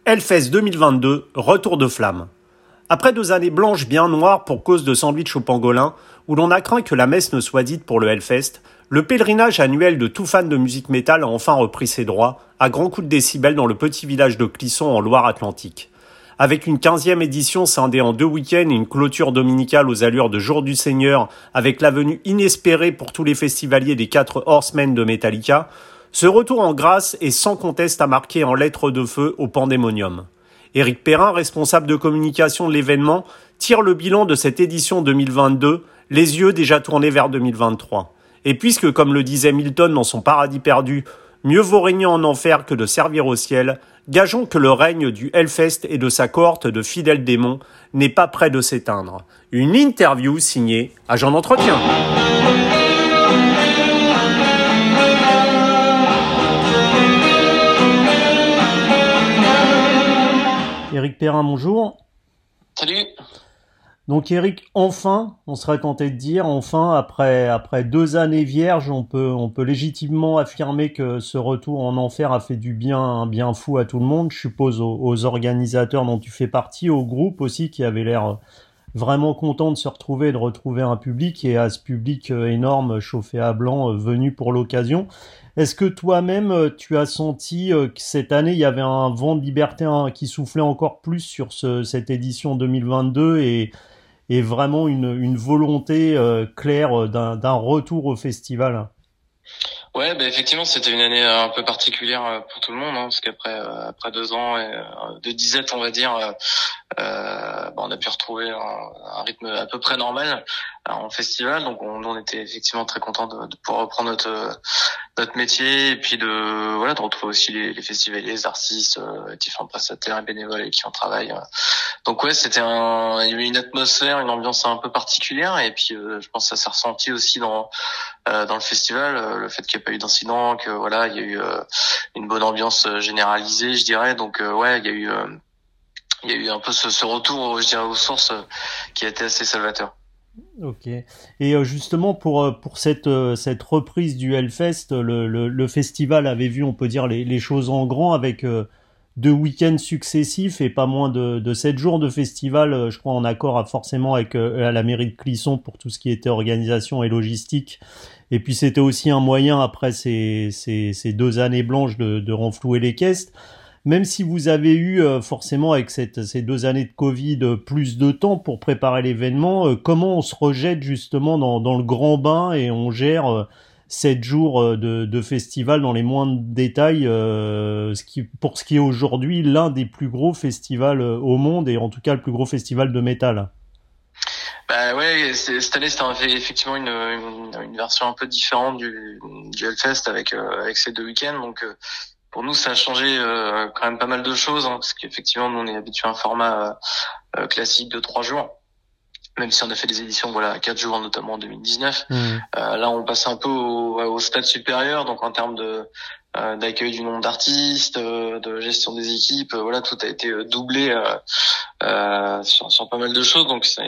Hellfest 2022, retour de flamme. Après 2 années blanches bien noires pour cause de sandwich au pangolin, où l'on a craint que la messe ne soit dite pour le Hellfest, le pèlerinage annuel de tout fan de musique métal a enfin repris ses droits, à grands coups de décibels dans le petit village de Clisson en Loire-Atlantique. Avec une 15e édition scindée en 2 week-ends et une clôture dominicale aux allures de Jour du Seigneur, avec la venue inespérée pour tous les festivaliers des 4 Horsemen de Metallica, ce retour en grâce est sans conteste à marquer en lettres de feu au Pandémonium. Éric Perrin, responsable de communication de l'événement, tire le bilan de cette édition 2022, les yeux déjà tournés vers 2023. Et puisque, comme le disait Milton dans son Paradis perdu, mieux vaut régner en enfer que de servir au ciel, gageons que le règne du Hellfest et de sa cohorte de fidèles démons n'est pas près de s'éteindre. Une interview signée Agent d'entretien. Éric Perrin, bonjour. Salut. Donc Éric, enfin, on serait tenté de dire, enfin, après 2 années vierges, on peut légitimement affirmer que ce retour en enfer a fait du bien, un bien fou à tout le monde. Je suppose aux organisateurs dont tu fais partie, au groupe aussi, qui avait l'air vraiment content de se retrouver et de retrouver un public, et à ce public énorme, chauffé à blanc, venu pour l'occasion. Est-ce que toi-même, tu as senti que cette année, il y avait un vent de liberté qui soufflait encore plus sur cette édition 2022 et vraiment une volonté claire d'un retour au festival? Ouais, bah effectivement, c'était une année un peu particulière pour tout le monde, hein, parce après 2 ans de disette, on va dire, on a pu retrouver un rythme à peu près normal en festival. Donc on était effectivement très contents de pouvoir reprendre notre métier et puis de retrouver aussi les festivaliers, les artistes, différents prestataires et bénévoles avec qui on travaille. Donc ouais, il y avait une atmosphère, une ambiance un peu particulière, et puis je pense que ça s'est ressenti aussi dans le festival, le fait qu'il n'y ait pas eu d'incident, que voilà, il y a eu une bonne ambiance généralisée, je dirais. Donc ouais, il y a eu un peu ce retour, je dirais, aux sources qui a été assez salvateur. Ok. Et justement pour cette reprise du Hellfest, le festival avait vu, on peut dire, les choses en grand avec 2 week-ends successifs et pas moins de 7 jours de festival, je crois en accord forcément avec à la mairie de Clisson pour tout ce qui était organisation et logistique. Et puis c'était aussi un moyen après ces 2 années blanches de renflouer les caisses. Même si vous avez eu forcément avec ces 2 années de Covid plus de temps pour préparer l'événement, comment on se rejette justement dans le grand bain et on gère 7 jours de festival dans les moindres détails, pour ce qui est aujourd'hui l'un des plus gros festivals au monde, et en tout cas le plus gros festival de métal. Bah ouais, cette année c'était effectivement une version un peu différente du Hellfest avec ces 2 week-ends. Donc pour nous, ça a changé quand même pas mal de choses, hein, parce qu'effectivement, nous, on est habitué à un format classique de 3 jours, même si on a fait des éditions, voilà, 4 jours, notamment en 2019. Là, on passe un peu au stade supérieur, donc en termes d'accueil du nombre d'artistes, de gestion des équipes, voilà, tout a été doublé sur pas mal de choses. Donc c'est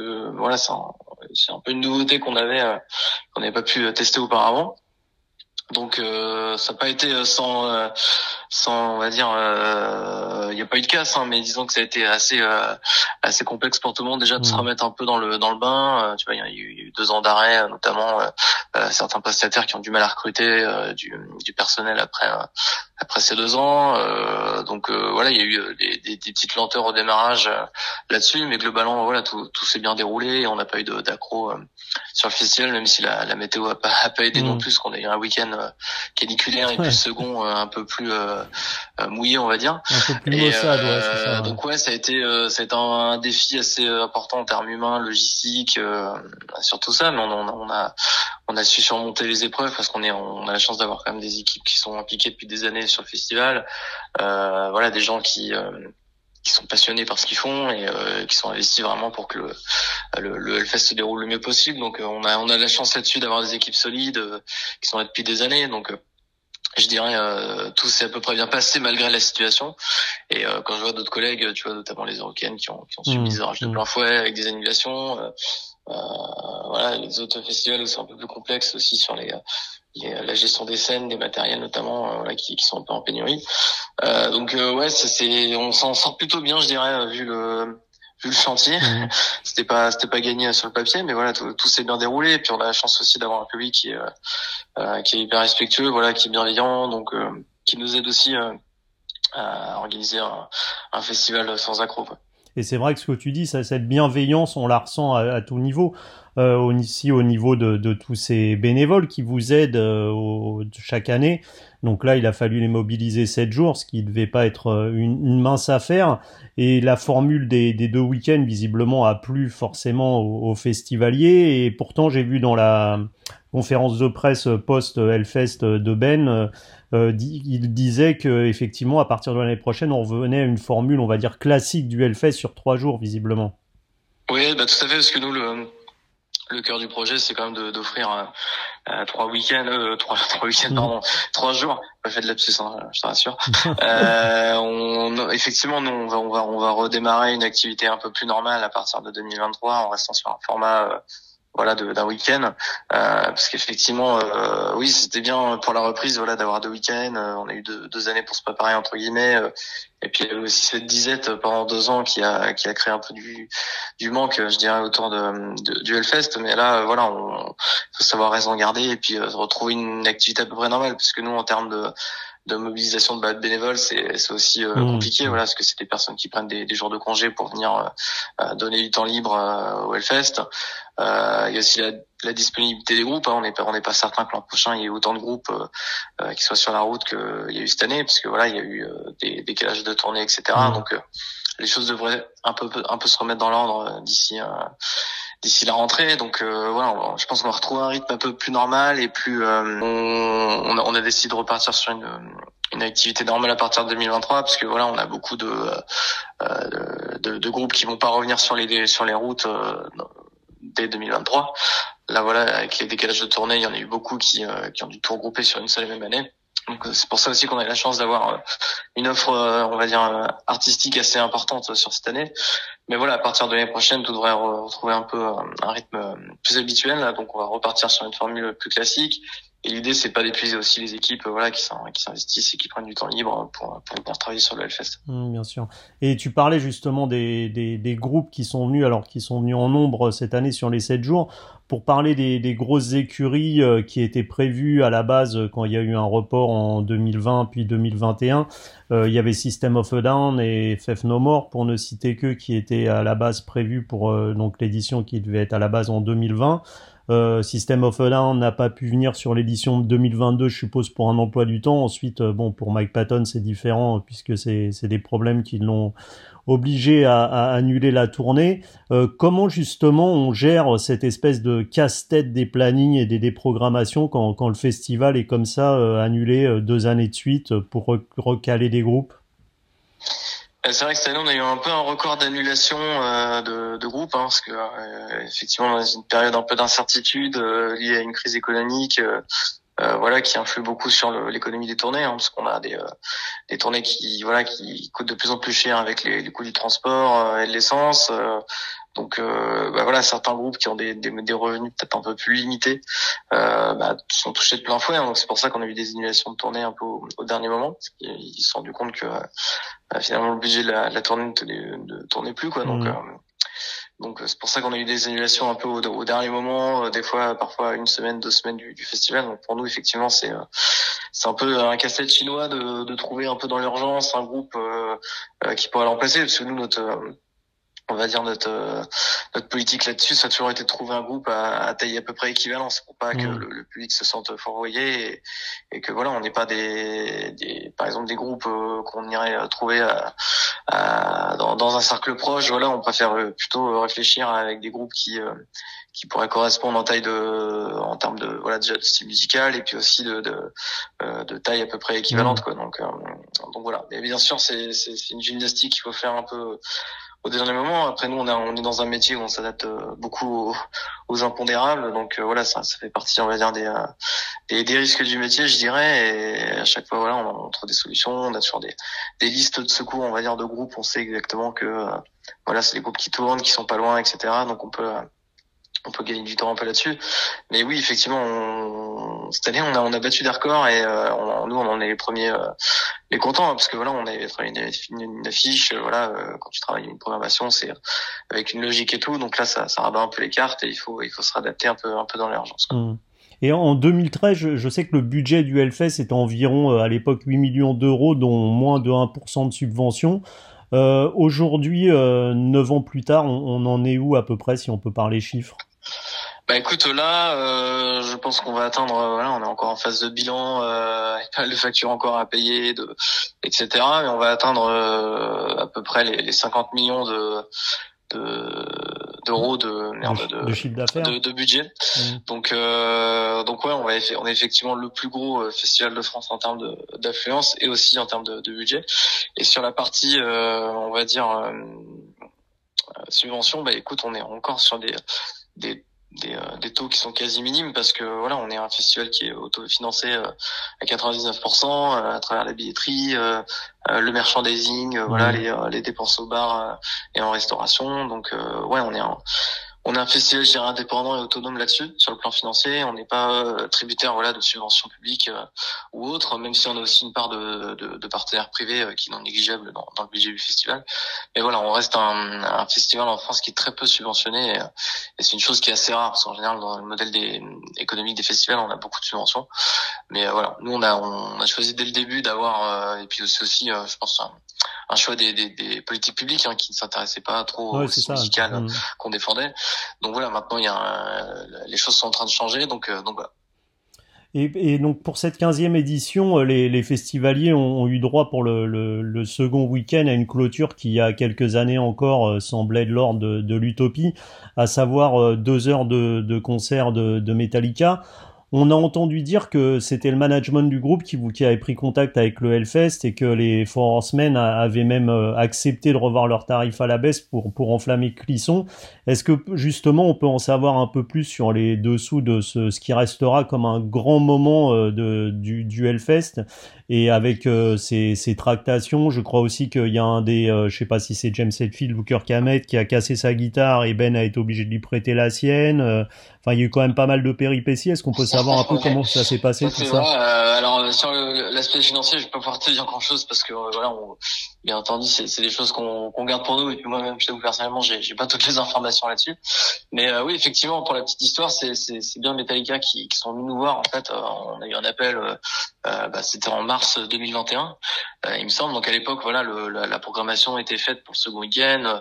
un peu une nouveauté qu'on n'avait pas pu tester auparavant. Donc ça n'a pas été sans on va dire il n'y a pas eu de casse, hein, mais disons que ça a été assez complexe pour tout le monde déjà de se remettre un peu dans le bain. Tu vois, il y a eu 2 ans d'arrêt, notamment certains prestataires qui ont du mal à recruter du personnel après ces 2 ans. Donc voilà, il y a eu des petites lenteurs au démarrage là-dessus, mais globalement voilà, tout s'est bien déroulé et on n'a pas eu d'accro sur le festival, même si la météo a pas aidé non plus, qu'on a eu un week-end caniculaire et puis le second un peu plus mouillé, on va dire. Un peu plus maussade, ouais, c'est ça. Donc ouais, ça a été un défi assez important en termes humains, logistiques, sur tout ça, mais on a su surmonter les épreuves parce on a la chance d'avoir quand même des équipes qui sont impliquées depuis des années sur le festival. Voilà, des gens qui sont passionnés par ce qu'ils font et qui sont investis vraiment pour que le Hellfest se déroule le mieux possible. Donc on a la chance là-dessus d'avoir des équipes solides qui sont là depuis des années. Donc je dirais tout s'est à peu près bien passé malgré la situation. Et quand je vois d'autres collègues, tu vois, notamment les Européennes qui ont subi des orages de plein fouet avec des annulations, voilà, les autres festivals où c'est un peu plus complexe aussi sur la gestion des scènes, des matériels notamment, voilà, qui sont un peu en pénurie. Donc ouais, on s'en sort plutôt bien, je dirais, vu le chantier. C'était pas gagné sur le papier, mais voilà, tout s'est bien déroulé. Et puis on a la chance aussi d'avoir un public qui est hyper respectueux, voilà, qui est bienveillant, donc qui nous aide aussi à organiser un festival sans accroc, quoi. Et c'est vrai que ce que tu dis, cette bienveillance, on la ressent à tout niveau. Ici, au niveau de tous ces bénévoles qui vous aident chaque année. Donc là, il a fallu les mobiliser 7 jours, ce qui ne devait pas être une mince affaire. Et la formule des 2 week-ends, visiblement, a plu forcément aux festivaliers. Et pourtant, j'ai vu dans la conférence de presse post-Hellfest de Ben, il disait que effectivement, à partir de l'année prochaine, on revenait à une formule, on va dire, classique du Hellfest sur 3 jours, visiblement. Oui, bah tout à fait, parce que nous, le cœur du projet, c'est quand même d'offrir 3 week-ends, trois week-ends, pardon, 3 jours. Pas fait de lapsus, hein, je te rassure. Effectivement, nous, on va redémarrer une activité un peu plus normale à partir de 2023, en restant sur un format voilà, d'un week-end, parce qu'effectivement, oui, c'était bien pour la reprise, voilà, d'avoir 2 week-ends. On a eu deux années pour se préparer, entre guillemets, et puis il y avait aussi cette disette pendant 2 ans qui a créé un peu du manque, je dirais, autour du Hellfest. Mais là, voilà, faut savoir raison garder et puis retrouver une activité à peu près normale, parce que nous, en termes de mobilisation de bénévoles, c'est aussi compliqué, voilà, parce que c'est des personnes qui prennent des jours de congé pour venir donner du temps libre au Hellfest. Il y a aussi la disponibilité des groupes, hein. On n'est pas certain que l'an prochain il y ait autant de groupes qui soient sur la route qu'il y a eu cette année, parce que voilà, il y a eu des décalages de tournée, etc. Donc les choses devraient un peu se remettre dans l'ordre d'ici la rentrée. Donc voilà, je pense qu'on va retrouver un rythme un peu plus normal et plus on a décidé de repartir sur une activité normale à partir de 2023, parce que voilà, on a beaucoup de groupes qui vont pas revenir sur les routes dès 2023. Là voilà, avec les décalages de tournée, il y en a eu beaucoup qui ont dû tout regrouper sur une seule et même année. Donc c'est pour ça aussi qu'on a eu la chance d'avoir une offre, on va dire, artistique assez importante sur cette année. Mais voilà, à partir de l'année prochaine, tout devrait retrouver un peu un rythme plus habituel. Là. Donc on va repartir sur une formule plus classique. Et l'idée, c'est pas d'épuiser aussi les équipes, voilà, qui s'investissent et qui prennent du temps libre pour venir travailler sur le Hellfest. Bien sûr. Et tu parlais justement des groupes qui sont venus, alors qui sont venus en nombre cette année sur les 7 jours. Pour parler des grosses écuries qui étaient prévues à la base quand il y a eu un report en 2020 puis 2021, il y avait System of a Down et Faith No More, pour ne citer qu'eux, qui étaient à la base prévus pour donc l'édition qui devait être à la base en 2020. System of a Down n'a pas pu venir sur l'édition de 2022, je suppose, pour un emploi du temps. Ensuite, bon, pour Mike Patton, c'est différent puisque c'est des problèmes qui l'ont obligé à annuler la tournée. Comment justement on gère cette espèce de casse-tête des plannings et des programmations quand le festival est comme ça annulé 2 années de suite pour recaler des groupes? C'est vrai que cette année, on a eu un peu un record d'annulation de groupes, hein, parce que effectivement, dans une période un peu d'incertitude liée à une crise économique, voilà, qui influe beaucoup sur l'économie des tournées, hein, parce qu'on a des tournées qui coûtent de plus en plus cher avec les coûts du transport et de l'essence. Donc voilà, certains groupes qui ont des revenus peut-être un peu plus limités sont touchés de plein fouet, hein. Donc c'est pour ça qu'on a eu des annulations de tournées un peu au dernier moment, parce qu'ils se sont rendus compte que finalement le budget de la tournée ne tournait plus, quoi. Donc c'est pour ça qu'on a eu des annulations un peu au dernier moment, des fois parfois 1 semaine, 2 semaines du festival. Donc pour nous, effectivement, c'est un peu un casse-tête chinois de trouver un peu dans l'urgence un groupe qui pourrait le remplacer, parce que nous, on va dire notre politique là-dessus, ça a toujours été de trouver un groupe à taille à peu près équivalente, pour pas que le public se sente fourvoyé et que voilà, on n'est pas par exemple des groupes qu'on irait trouver dans un cercle proche. Voilà, on préfère plutôt réfléchir avec des groupes qui pourraient correspondre en termes de voilà, déjà de style musical et puis aussi de taille à peu près équivalente, quoi. Donc voilà. Et bien sûr, c'est une gymnastique qu'il faut faire un peu au dernier moment. Après, nous, on est dans un métier où on s'adapte beaucoup aux impondérables. Donc voilà, ça fait partie, on va dire, des risques du métier, je dirais. Et à chaque fois, voilà, on trouve des solutions. On a toujours des listes de secours, on va dire, de groupes. On sait exactement que voilà, c'est les groupes qui tournent, qui sont pas loin, etc. Donc on peut on peut gagner du temps un peu là-dessus. Mais oui, effectivement, cette année, on a battu des records et nous, on en est les premiers, les contents, hein, parce que voilà, on avait travaillé une affiche, voilà, quand tu travailles une programmation, c'est avec une logique et tout. Donc là, ça rabat un peu les cartes et il faut se réadapter un peu dans l'urgence, quoi. Et en 2013, je sais que le budget du Hellfest était environ, à l'époque, 8 millions d'euros, dont moins de 1% de subvention. Aujourd'hui, 9 ans plus tard, on en est où à peu près, si on peut parler chiffres? Bah écoute, là, je pense qu'on va atteindre, voilà, on est encore en phase de bilan, avec pas mal de factures encore à payer, etc. Mais on va atteindre à peu près les 50 millions d'euros de chiffre d'affaires, de budget. Donc ouais, on est effectivement le plus gros festival de France en termes d'affluence et aussi en termes de budget. Et sur la partie, on va dire subvention, bah écoute, on est encore sur des taux qui sont quasi minimes parce que voilà, on est un festival qui est autofinancé à 99% à travers la billetterie, le merchandising, voilà, les dépenses au bar et en restauration. Donc ouais, on est un festival, je dirais, indépendant et autonome là-dessus, sur le plan financier. On n'est pas tributaire, voilà, de subventions publiques ou autres, même si on a aussi une part de partenaires privés qui n'est non négligeable dans le budget du festival. Mais voilà, on reste un festival en France qui est très peu subventionné et c'est une chose qui est assez rare, parce qu'en général, dans le modèle économique des festivals, on a beaucoup de subventions. Mais voilà, nous, on a choisi dès le début d'avoir, et puis aussi, je pense, un choix des politiques publiques, hein, qui ne s'intéressaient pas trop au musical qu'on défendait. Donc voilà, maintenant les choses sont en train de changer, donc voilà. Et donc pour cette 15e édition, les festivaliers ont eu droit pour le second week-end à une clôture qui, il y a quelques années encore, semblait de l'ordre de l'utopie, à savoir 2 heures de concert de Metallica. On a entendu dire que c'était le management du groupe qui avait pris contact avec le Hellfest et que les Four Horsemen avaient même accepté de revoir leurs tarifs à la baisse pour enflammer Clisson. Est-ce que justement on peut en savoir un peu plus sur les dessous de ce qui restera comme un grand moment du Hellfest, et avec ces tractations? Je crois aussi qu'il y a un je sais pas si c'est James Hetfield ou Kirk Hammett qui a cassé sa guitare et Ben a été obligé de lui prêter la sienne. Enfin, il y a eu quand même pas mal de péripéties. Est-ce qu'on peut savoir un peu comment ça s'est passé, tout ça? Alors sur l'aspect financier, je peux pas pouvoir te dire grand-chose parce que voilà, bien entendu, c'est des choses qu'on garde pour nous, et puis moi-même, je t'avoue personnellement, j'ai pas toutes les informations là-dessus. Mais oui, effectivement, pour la petite histoire, c'est bien Metallica qui sont venus nous voir. En fait, on a eu un appel. C'était en mars 2021, il me semble. Donc à l'époque, voilà, la programmation était faite pour le second week-end.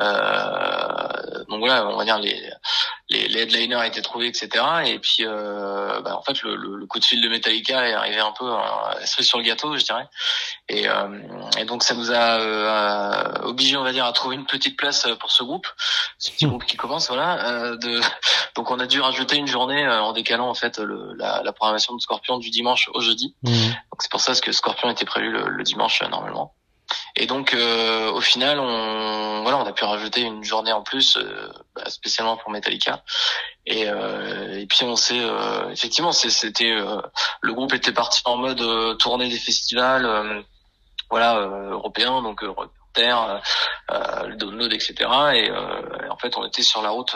Donc voilà, on va dire les headliners étaient trouvés, etc. Et puis en fait le coup de fil de Metallica est arrivé un peu cerise sur le gâteau, je dirais. Et donc ça nous a obligés, on va dire, à trouver une petite place pour ce groupe, ce petit groupe qui commence, voilà. Donc on a dû rajouter une journée en décalant en fait la programmation de Scorpion du dimanche au jeudi. Donc c'est pour ça que Scorpion était prévu le dimanche normalement. Et donc au final, on a pu rajouter une journée en plus, spécialement pour Metallica. Et puis on s'est effectivement, c'était le groupe était parti en mode tournée des festivals, européens, donc Terre, le Download, etc. Et en fait, on était sur la route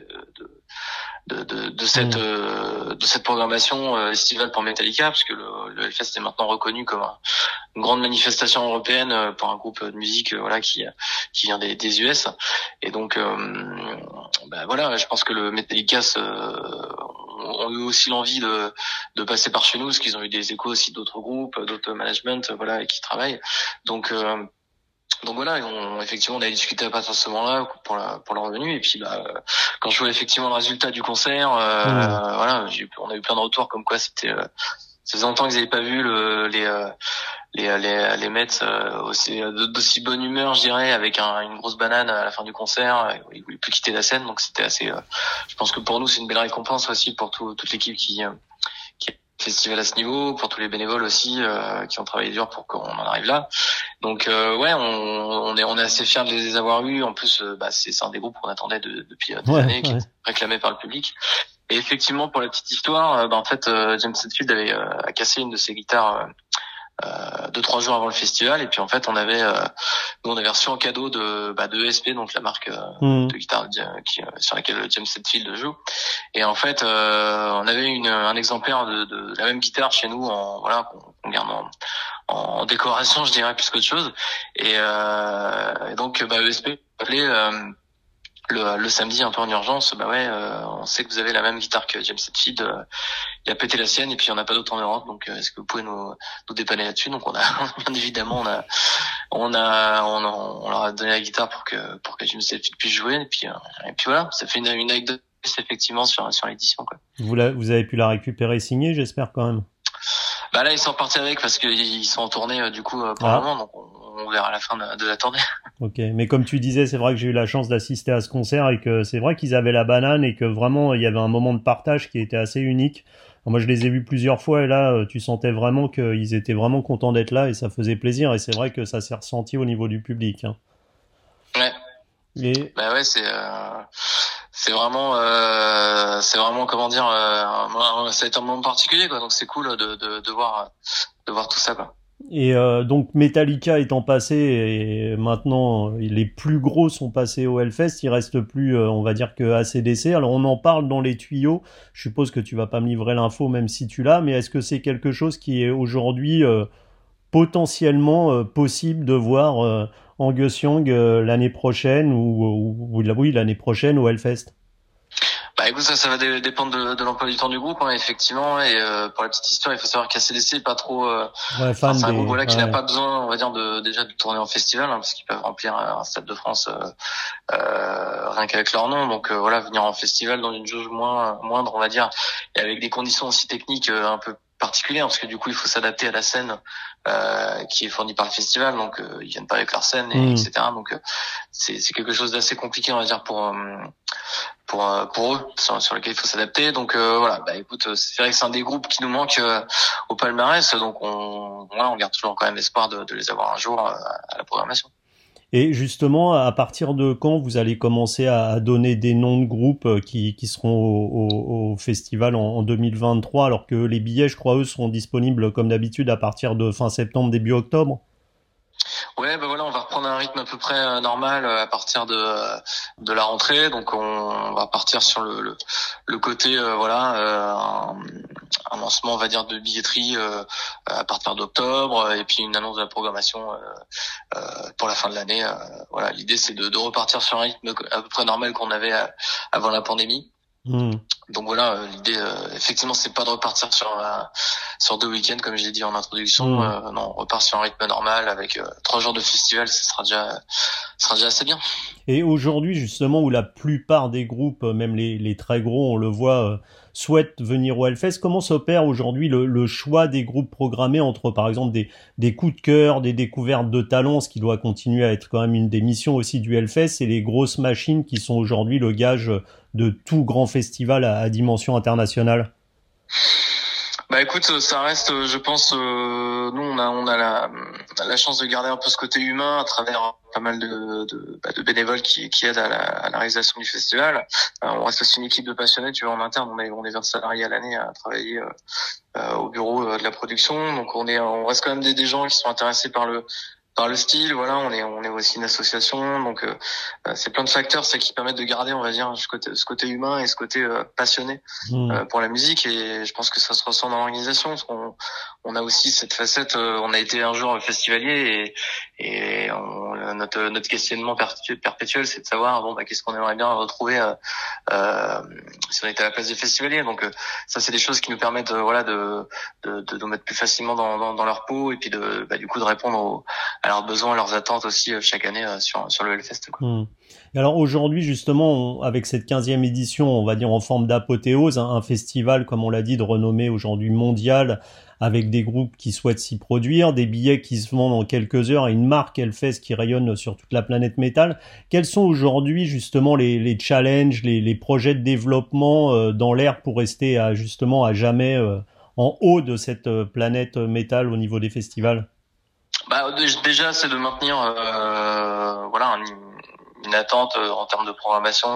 de cette programmation estivale pour Metallica, parce que le Hellfest est maintenant reconnu comme une grande manifestation européenne pour un groupe de musique qui vient des US. Et donc je pense que le Metallica ont eu aussi l'envie de passer par chez nous, parce qu'ils ont eu des échos aussi d'autres groupes, d'autres managements, et qui travaillent. Donc voilà, effectivement, on a discuté à partir de ce moment-là pour leur venue. Et puis quand je vois effectivement le résultat du concert, on a eu plein de retours comme quoi c'était ça faisait longtemps qu'ils n'avaient pas vu les Mets d'aussi bonne humeur, je dirais, avec une grosse banane à la fin du concert. Ils voulaient plus quitter la scène, donc c'était assez. Je pense que pour nous, c'est une belle récompense aussi pour toute l'équipe qui festival à ce niveau, pour tous les bénévoles aussi qui ont travaillé dur pour qu'on en arrive là. Donc on est assez fiers de les avoir eus. En plus, c'est un des groupes qu'on attendait depuis des années, qui est réclamé par le public. Et effectivement, pour la petite histoire, en fait, James Hetfield a cassé une de ses guitares 2-3 jours avant le festival. Et puis en fait, nous on avait reçu en cadeau de ESP, donc la marque de guitare sur laquelle James Hetfield joue. Et en fait, on avait un exemplaire de la même guitare chez nous, qu'on garde en décoration, je dirais, plus qu'autre chose. Et donc ESP appelé le samedi un peu en urgence, on sait que vous avez la même guitare que James Hetfield, il a pété la sienne et puis il n'y en a pas d'autre en Europe, donc est-ce que vous pouvez nous dépanner là-dessus? Donc on a bien évidemment on leur a donné la guitare pour que James Hetfield puisse jouer, et puis voilà, ça fait une anecdote effectivement sur l'édition, quoi. Vous avez pu la récupérer signée, j'espère, quand même. Là ils sont repartis avec parce qu'ils sont en tournée du coup pour le moment, donc on verra à la fin de la tournée. Ok, mais comme tu disais, c'est vrai que j'ai eu la chance d'assister à ce concert et que c'est vrai qu'ils avaient la banane et que vraiment il y avait un moment de partage qui était assez unique. Alors moi je les ai vus plusieurs fois et là tu sentais vraiment qu'ils étaient vraiment contents d'être là et ça faisait plaisir, et c'est vrai que ça s'est ressenti au niveau du public, hein. Ouais. Et... c'est vraiment comment dire, ça a été un moment particulier, quoi, donc c'est cool de voir tout ça, quoi. Et donc Metallica étant passé, et maintenant les plus gros sont passés au Hellfest, il reste plus on va dire que AC/DC. Alors on en parle dans les tuyaux, je suppose que tu vas pas me livrer l'info même si tu l'as, mais est-ce que c'est quelque chose qui est aujourd'hui potentiellement possible de voir Angus Young l'année prochaine ou oui, l'année prochaine au Hellfest? Écoute, ça va dépendre de l'emploi du temps du groupe, hein, effectivement. Et pour la petite histoire, il faut savoir qu'ACDC est pas trop c'est un groupe qui n'a pas besoin, on va dire, déjà de tourner en festival, hein, parce qu'ils peuvent remplir un Stade de France rien qu'avec leur nom. Donc venir en festival dans une jauge moindre, on va dire, et avec des conditions aussi techniques un peu particulières, parce que du coup il faut s'adapter à la scène qui est fournie par le festival, donc ils viennent pas avec leur scène, etc. Donc c'est quelque chose d'assez compliqué, on va dire, pour eux, sur lequel il faut s'adapter. Donc écoute, c'est vrai que c'est un des groupes qui nous manque au palmarès, donc on garde toujours quand même l'espoir de les avoir un jour à la programmation. Et justement, à partir de quand vous allez commencer à donner des noms de groupes qui seront au festival en 2023, alors que les billets, je crois, eux, seront disponibles comme d'habitude à partir de fin septembre, début octobre? Ouais, on va reprendre un rythme à peu près normal à partir de la rentrée. Donc on va partir sur le côté un lancement, on va dire, de billetterie à partir d'octobre, et puis une annonce de la programmation pour la fin de l'année. L'idée c'est de repartir sur un rythme à peu près normal qu'on avait avant la pandémie. Donc l'idée effectivement c'est pas de repartir sur 2 week-ends comme j'ai dit en introduction. Non, on repart sur un rythme normal avec 3 jours de festival, ce sera déjà assez bien. Et aujourd'hui justement, où la plupart des groupes, même les très gros, on le voit, souhaitent venir au Hellfest, comment s'opère aujourd'hui le choix des groupes programmés entre par exemple des coups de cœur, des découvertes de talents, ce qui doit continuer à être quand même une des missions aussi du Hellfest, et les grosses machines qui sont aujourd'hui le gage de tout grand festival à dimension internationale? Écoute, ça reste, je pense, nous on a la chance de garder un peu ce côté humain à travers pas mal de bénévoles qui aident à la réalisation du festival. On reste aussi une équipe de passionnés, tu vois, en interne, on est 20 salariés à l'année à travailler au bureau de la production. Donc on reste quand même des gens qui sont intéressés par le style. On est aussi une association, donc c'est plein de facteurs, ça qui permettent de garder, on va dire, ce côté humain et ce côté passionné pour la musique. Et je pense que ça se ressent dans l'organisation, parce qu'on a aussi cette facette. On a été un jour festivalier et notre questionnement perpétuel, c'est de savoir qu'est-ce qu'on aimerait bien retrouver si on était à la place des festivaliers. Donc ça, c'est des choses qui nous permettent de nous mettre plus facilement dans leur peau, et puis du coup de répondre à leurs besoins, à leurs attentes aussi chaque année sur le Hellfest, quoi. Et alors aujourd'hui justement, avec cette 15e édition, on va dire en forme d'apothéose, un festival comme on l'a dit de renommée aujourd'hui mondiale, avec des groupes qui souhaitent s'y produire, des billets qui se vendent en quelques heures et une marque Hellfest qui rayonne sur toute la planète métal. Quels sont aujourd'hui justement les challenges, les projets de développement dans l'air pour rester à jamais en haut de cette planète métal au niveau des festivals? Déjà, c'est de maintenir une attente en termes de programmation,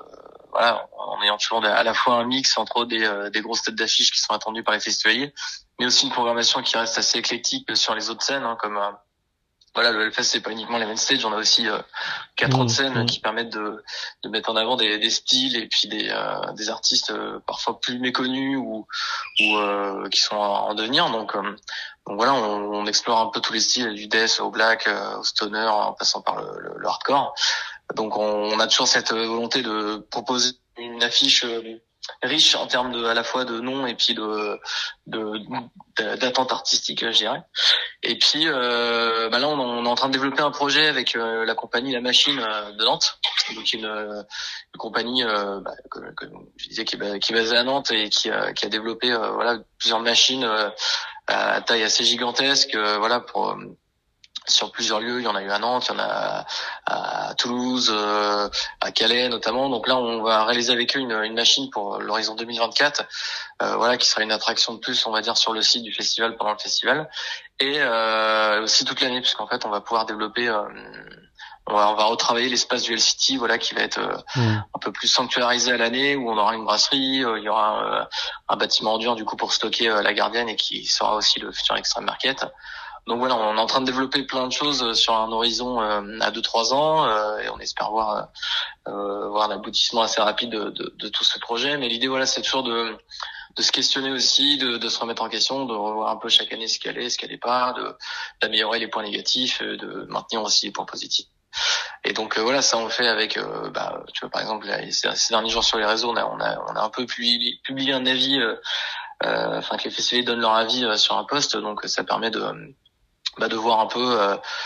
en ayant toujours à la fois un mix entre des grosses têtes d'affiche qui sont attendues par les festivaliers, mais aussi une programmation qui reste assez éclectique sur les autres scènes, hein, comme voilà, le Hellfest, c'est pas uniquement les main stage, on a aussi quatre autres scènes qui permettent de mettre en avant des styles et puis des artistes parfois plus méconnus ou qui sont en devenir. Donc voilà, on explore un peu tous les styles, du death au black, au stoner, en passant par le hardcore. Donc on a toujours cette volonté de proposer une affiche riche en termes à la fois de noms et puis d'attentes artistiques, je dirais. Et puis là on est en train de développer un projet avec la compagnie La Machine de Nantes, donc une compagnie que je disais qui est basée à Nantes et qui a développé voilà plusieurs machines à taille assez gigantesque voilà pour sur plusieurs lieux. Il y en a eu à Nantes, il y en a à Toulouse, à Calais notamment. Donc là, on va réaliser avec eux une machine pour l'horizon 2024, voilà, qui sera une attraction de plus, on va dire, sur le site du festival pendant le festival, et aussi toute l'année, puisqu'en fait, on va pouvoir développer. On va retravailler l'espace du LCT, voilà, qui va être un peu plus sanctuarisé à l'année, où on aura une brasserie, il y aura un bâtiment en dur du coup pour stocker la Gardienne et qui sera aussi le futur Extreme Market. Donc voilà, on est en train de développer plein de choses sur un horizon à 2-3 ans et on espère voir l'aboutissement assez rapide de tout ce projet. Mais l'idée voilà, c'est toujours de se questionner aussi, de se remettre en question, de revoir un peu chaque année ce qu'elle est, ce qu'elle n'est pas, d'améliorer les points négatifs, de maintenir aussi les points positifs. Et donc voilà, ça on le fait avec tu vois par exemple ces derniers jours sur les réseaux, on a un peu publié un avis que les festivals donnent leur avis sur un post, donc ça permet de voir un peu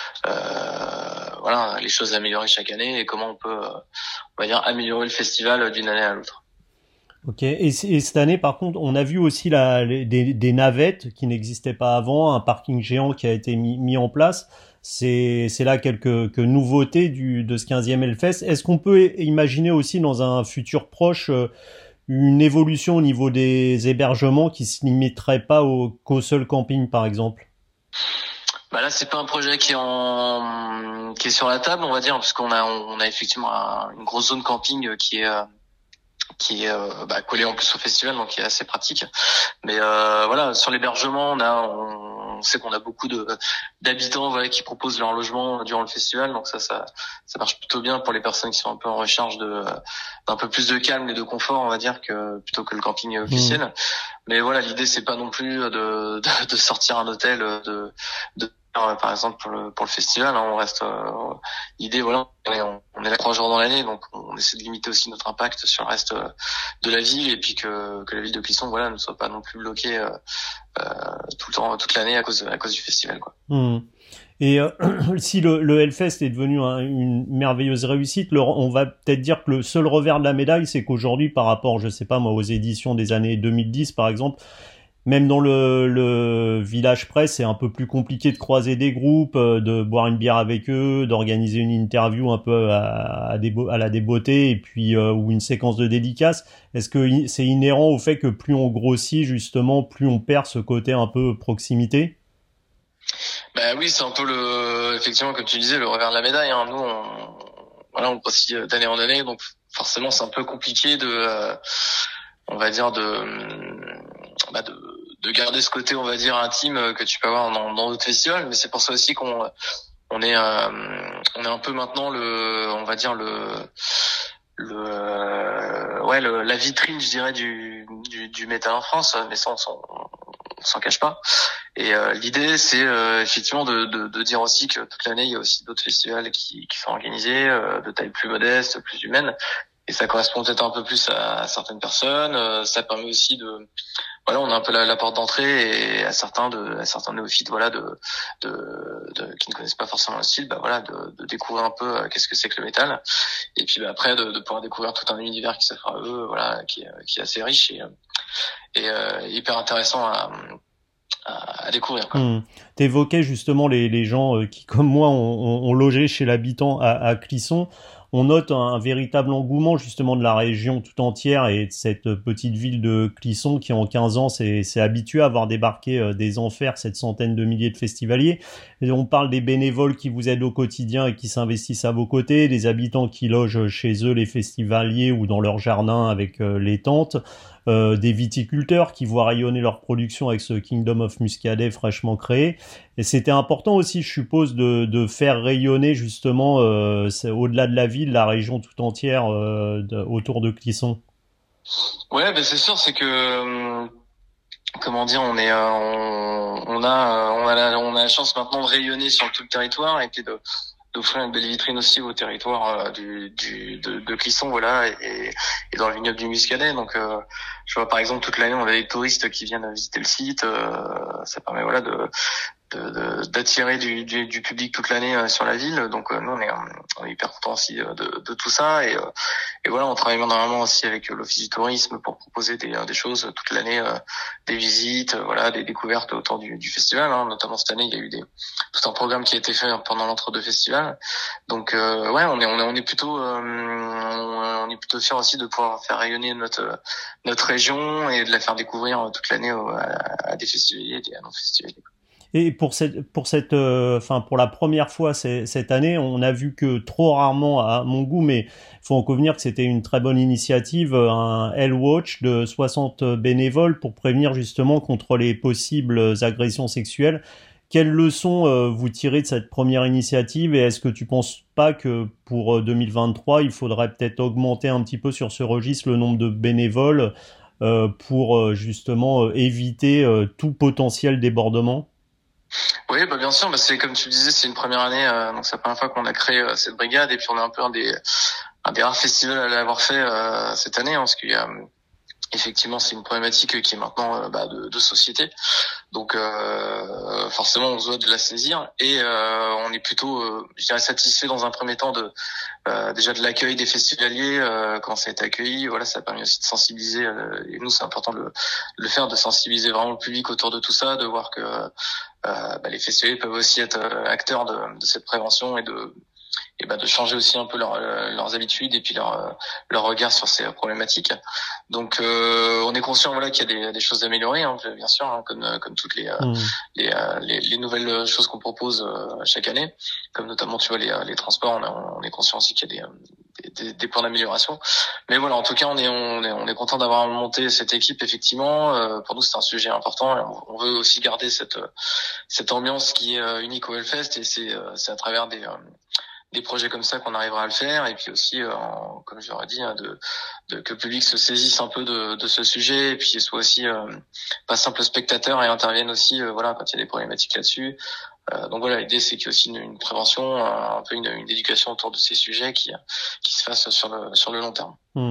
voilà les choses améliorées chaque année et comment on peut on va dire améliorer le festival d'une année à l'autre. Ok, et cette année par contre on a vu aussi des navettes qui n'existaient pas avant, un parking géant qui a été mis en place. C'est là quelques nouveautés de ce 15e Hellfest. Est-ce qu'on peut imaginer aussi dans un futur proche une évolution au niveau des hébergements qui se limiterait pas qu'au seul camping par exemple? Là c'est pas un projet qui est sur la table, on va dire, parce qu'on a effectivement une grosse zone camping qui est collée en plus au festival, donc qui est assez pratique. Mais voilà, sur l'hébergement, on sait qu'on a beaucoup d'habitants voilà qui proposent leur logement durant le festival, donc ça marche plutôt bien pour les personnes qui sont un peu en recherche d'un peu plus de calme et de confort, on va dire, plutôt que le camping officiel. Mais voilà, l'idée c'est pas non plus de sortir un hôtel par exemple pour le festival, hein, on reste l'idée voilà, on est là 3 jours dans l'année, donc on essaie de limiter aussi notre impact sur le reste de la ville, et puis que la ville de Clisson voilà ne soit pas non plus bloquée tout le temps, toute l'année à cause du festival, quoi. Et si le Hellfest est devenu une merveilleuse réussite, on va peut-être dire que le seul revers de la médaille, c'est qu'aujourd'hui, par rapport, je sais pas moi, aux éditions des années 2010 par exemple, même dans le village presse, c'est un peu plus compliqué de croiser des groupes, de boire une bière avec eux, d'organiser une interview un peu à la débeauté, et puis ou une séquence de dédicaces. Est-ce que c'est inhérent au fait que plus on grossit, justement, plus on perd ce côté un peu proximité? Oui, c'est un peu effectivement, comme tu disais, le revers de la médaille, hein. Nous, on grossit d'année en année, donc forcément, c'est un peu compliqué on va dire de garder ce côté, on va dire, intime que tu peux avoir dans d'autres festivals. Mais c'est pour ça aussi qu'on est un peu maintenant on va dire la vitrine, je dirais, du métal en France. Mais ça, on s'en cache pas. Et l'idée, c'est effectivement de dire aussi que toute l'année, il y a aussi d'autres festivals qui sont organisés de taille plus modeste, plus humaine. Et ça correspond peut-être un peu plus à certaines personnes. Ça permet aussi voilà, on a un peu la porte d'entrée, et à certains néophytes, voilà, qui ne connaissent pas forcément le style, voilà, de découvrir un peu qu'est-ce que c'est que le métal. Et puis après de pouvoir découvrir tout un univers qui s'offre à eux, voilà, qui est assez riche et hyper intéressant à découvrir, quoi. T'évoquais justement les gens qui, comme moi, ont logé chez l'habitant à Clisson. On note un véritable engouement justement de la région tout entière et de cette petite ville de Clisson qui en 15 ans s'est habituée à voir débarquer des enfers cette centaine de milliers de festivaliers. Et on parle des bénévoles qui vous aident au quotidien et qui s'investissent à vos côtés, des habitants qui logent chez eux les festivaliers ou dans leur jardin avec les tentes. Des viticulteurs qui voient rayonner leur production avec ce Kingdom of Muscadet fraîchement créé. Et c'était important aussi, je suppose, de faire rayonner justement au-delà de la ville, la région tout entière autour de Clisson. Ouais, ben c'est sûr, c'est que comment dire, on a la chance maintenant de rayonner sur tout le territoire et puis d'offrir une belle vitrine aussi au territoire de Clisson, voilà, et dans le vignoble du Muscadet. Donc je vois par exemple toute l'année on a des touristes qui viennent visiter le site, ça permet voilà d'attirer du public toute l'année sur la ville. Donc nous on est hyper contents aussi de tout ça et voilà, on travaille normalement aussi avec l'office du tourisme pour proposer des choses toute l'année, des visites, voilà, des découvertes autour du festival, hein. Notamment cette année il y a eu tout un programme qui a été fait pendant l'entre-deux festivals. Donc ouais, on est plutôt fiers aussi de pouvoir faire rayonner notre région et de la faire découvrir toute l'année à des festivaliers et à non festivaliers. Et pour la première fois cette année, on a vu que trop rarement à mon goût, mais il faut en convenir que c'était une très bonne initiative, un Hell Watch de 60 bénévoles pour prévenir justement contre les possibles agressions sexuelles. Quelles leçons vous tirez de cette première initiative et est-ce que tu penses pas que pour 2023, il faudrait peut-être augmenter un petit peu sur ce registre le nombre de bénévoles pour justement éviter tout potentiel débordement? Oui, bah bien sûr, bah c'est comme tu le disais, c'est une première année, donc c'est la première fois qu'on a créé cette brigade et puis on est un peu un des rares festivals à l'avoir fait cette année, hein, parce qu'il y a effectivement c'est une problématique qui est maintenant de société, donc forcément on se doit de la saisir et on est plutôt, je dirais, satisfait dans un premier temps déjà de l'accueil des festivaliers quand ça a été accueilli. Voilà, ça a permis aussi de sensibiliser et nous c'est important de le faire, de sensibiliser vraiment le public autour de tout ça, de voir que les festivaliers peuvent aussi être acteurs de cette prévention et de changer aussi un peu leurs habitudes et puis leur regard sur ces problématiques. Donc on est conscient voilà qu'il y a des choses à améliorer, hein, bien sûr, hein, comme toutes les nouvelles choses qu'on propose chaque année, comme notamment tu vois les transports. On est conscient aussi qu'il y a des points d'amélioration. Mais voilà, en tout cas, on est content d'avoir monté cette équipe. Effectivement, pour nous, c'est un sujet important. Et on veut aussi garder cette ambiance qui est unique au Hellfest, et c'est à travers des projets comme ça qu'on arrivera à le faire. Et puis aussi, comme je l'aurais dit, hein, que le public se saisisse un peu de ce sujet, et puis soit aussi pas simple spectateur et intervienne aussi, voilà, quand il y a des problématiques là-dessus. Donc voilà, l'idée c'est qu'il y ait aussi une prévention, un peu une éducation autour de ces sujets qui se fasse sur le long terme.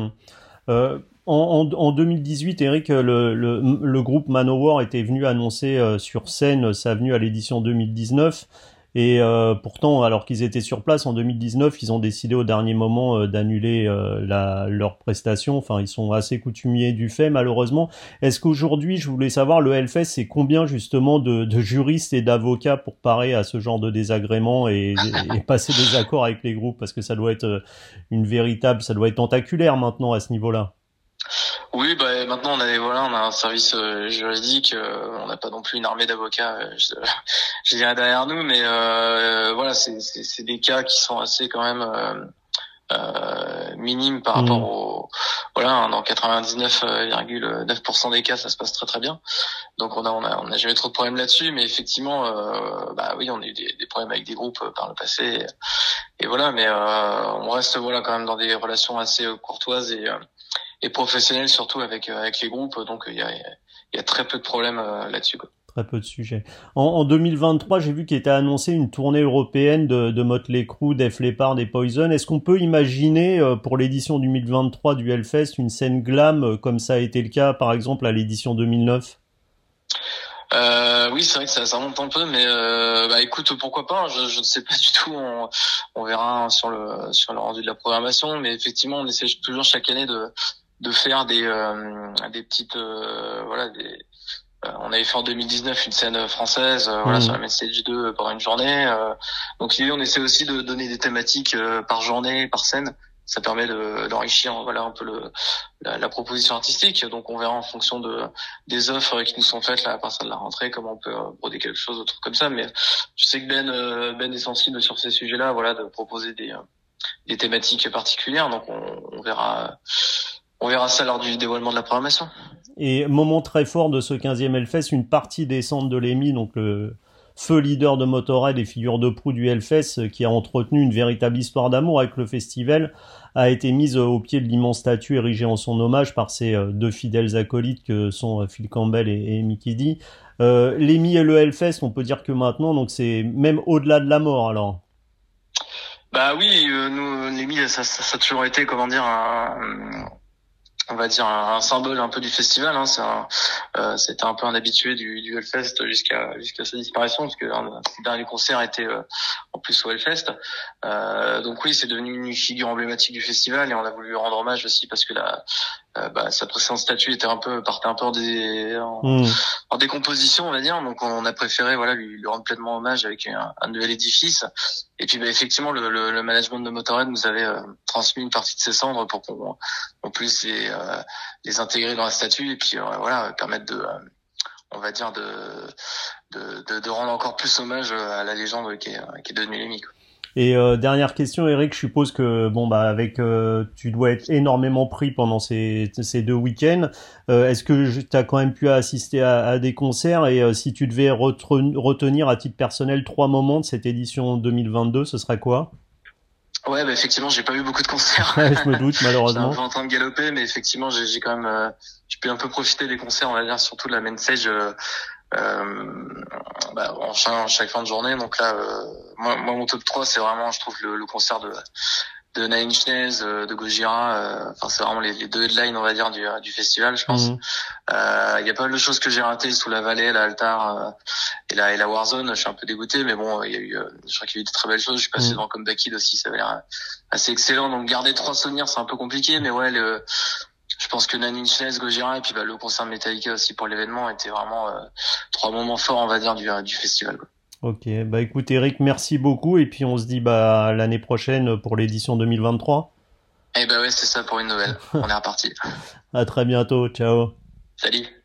En 2018, Eric, le groupe Manowar était venu annoncer sur scène sa venue à l'édition 2019. Et pourtant, alors qu'ils étaient sur place en 2019, ils ont décidé au dernier moment d'annuler leur prestation. Enfin, ils sont assez coutumiers du fait, malheureusement. Est-ce qu'aujourd'hui, je voulais savoir, le Hellfest, c'est combien justement de juristes et d'avocats pour parer à ce genre de désagréments et passer des accords avec les groupes? Parce que ça doit être ça doit être tentaculaire maintenant à ce niveau-là. Oui, maintenant on a un service juridique, on n'a pas non plus une armée d'avocats, je dirais, derrière nous, mais voilà, c'est des cas qui sont assez quand même minimes par rapport voilà, dans 99,9% des cas ça se passe très très bien. Donc on a jamais trop de problèmes là-dessus, mais effectivement oui, on a eu des problèmes avec des groupes par le passé et voilà, mais on reste voilà quand même dans des relations assez courtoises et professionnel, surtout avec les groupes. Donc il y a très peu de problèmes là-dessus, quoi. Très peu de sujets. En 2023, j'ai vu qu'il était annoncé une tournée européenne de Motley Crue, Def Leppard et Poison. Est-ce qu'on peut imaginer pour l'édition 2023 du Hellfest une scène glam comme ça a été le cas par exemple à l'édition 2009? Oui, c'est vrai que ça remonte un peu, mais écoute, pourquoi pas, hein, je ne sais pas du tout, on verra, hein, sur le rendu de la programmation, mais effectivement on essaie toujours chaque année de faire des petites voilà, On avait fait en 2019 une scène française, voilà, sur la Main Stage 2 pendant une journée. Donc l'idée, on essaie aussi de donner des thématiques par journée, par scène. Ça permet d'enrichir, voilà, un peu la proposition artistique. Donc on verra en fonction des offres qui nous sont faites là à partir de la rentrée comment on peut broder quelque chose, autre comme ça. Mais je sais que Ben est sensible sur ces sujets-là, voilà, de proposer des thématiques particulières. Donc on verra ça lors du dévoilement de la programmation. Et moment très fort de ce 15e Hellfest, une partie des centres de l'EMI, donc le feu leader de Motorhead et figure de proue du Hellfest, qui a entretenu une véritable histoire d'amour avec le festival, a été mise au pied de l'immense statue érigée en son hommage par ses deux fidèles acolytes que sont Phil Campbell et Mikkey Dee. L'EMI et le Hellfest, on peut dire que maintenant, donc c'est même au-delà de la mort alors. Bah oui, nous l'EMI, ça a toujours été, comment dire, on va dire un symbole un peu du festival, hein. C'était un peu un habitué du Hellfest jusqu'à sa disparition, parce que le dernier concert était en plus au Hellfest. Donc oui, c'est devenu une figure emblématique du festival, et on a voulu lui rendre hommage aussi parce que sa précédente statue partait un peu en décomposition, on va dire. Donc on a préféré, voilà, lui rendre pleinement hommage avec un nouvel édifice. Et puis effectivement, le management de Motorhead nous avait transmis une partie de ses cendres pour qu'on puisse les intégrer dans la statue, et puis voilà, permettre on va dire de rendre encore plus hommage à la légende qui est devenue l'EMI, quoi. Et dernière question, Eric, je suppose que tu dois être énormément pris pendant ces 2 week-ends. Est-ce que tu as quand même pu assister à des concerts, et si tu devais retenir à titre personnel 3 moments de cette édition 2022, ce serait quoi? Ouais, bah effectivement, j'ai pas eu beaucoup de concerts. Je me doute, malheureusement. J'étais un peu en train de galoper, mais effectivement, j'ai quand même j'ai pu un peu profiter des concerts, on va dire, surtout de la main stage. En chaque fin de journée. Donc là, moi mon top 3, c'est vraiment, je trouve, le concert de Nine Inch Nails, de Gojira. Enfin, c'est vraiment les deux headlines, on va dire, du festival, je pense. Il y a pas mal de choses que j'ai ratées sous la vallée, la Altar et la Warzone. Je suis un peu dégoûté, mais bon, il y a eu, je crois qu'il y a eu de très belles choses. Je suis passé devant Comeback Kid aussi, ça avait l'air assez excellent. Donc garder 3 souvenirs, c'est un peu compliqué, mais ouais, je pense que Nine Inch Nails, Gojira, et puis le concert de Metallica aussi pour l'événement étaient vraiment 3 moments forts, on va dire, du festival, quoi. Ok, bah écoute Eric, merci beaucoup, et puis on se dit l'année prochaine pour l'édition 2023. Eh ben ouais, c'est ça, pour une nouvelle. On est reparti. À très bientôt, ciao. Salut.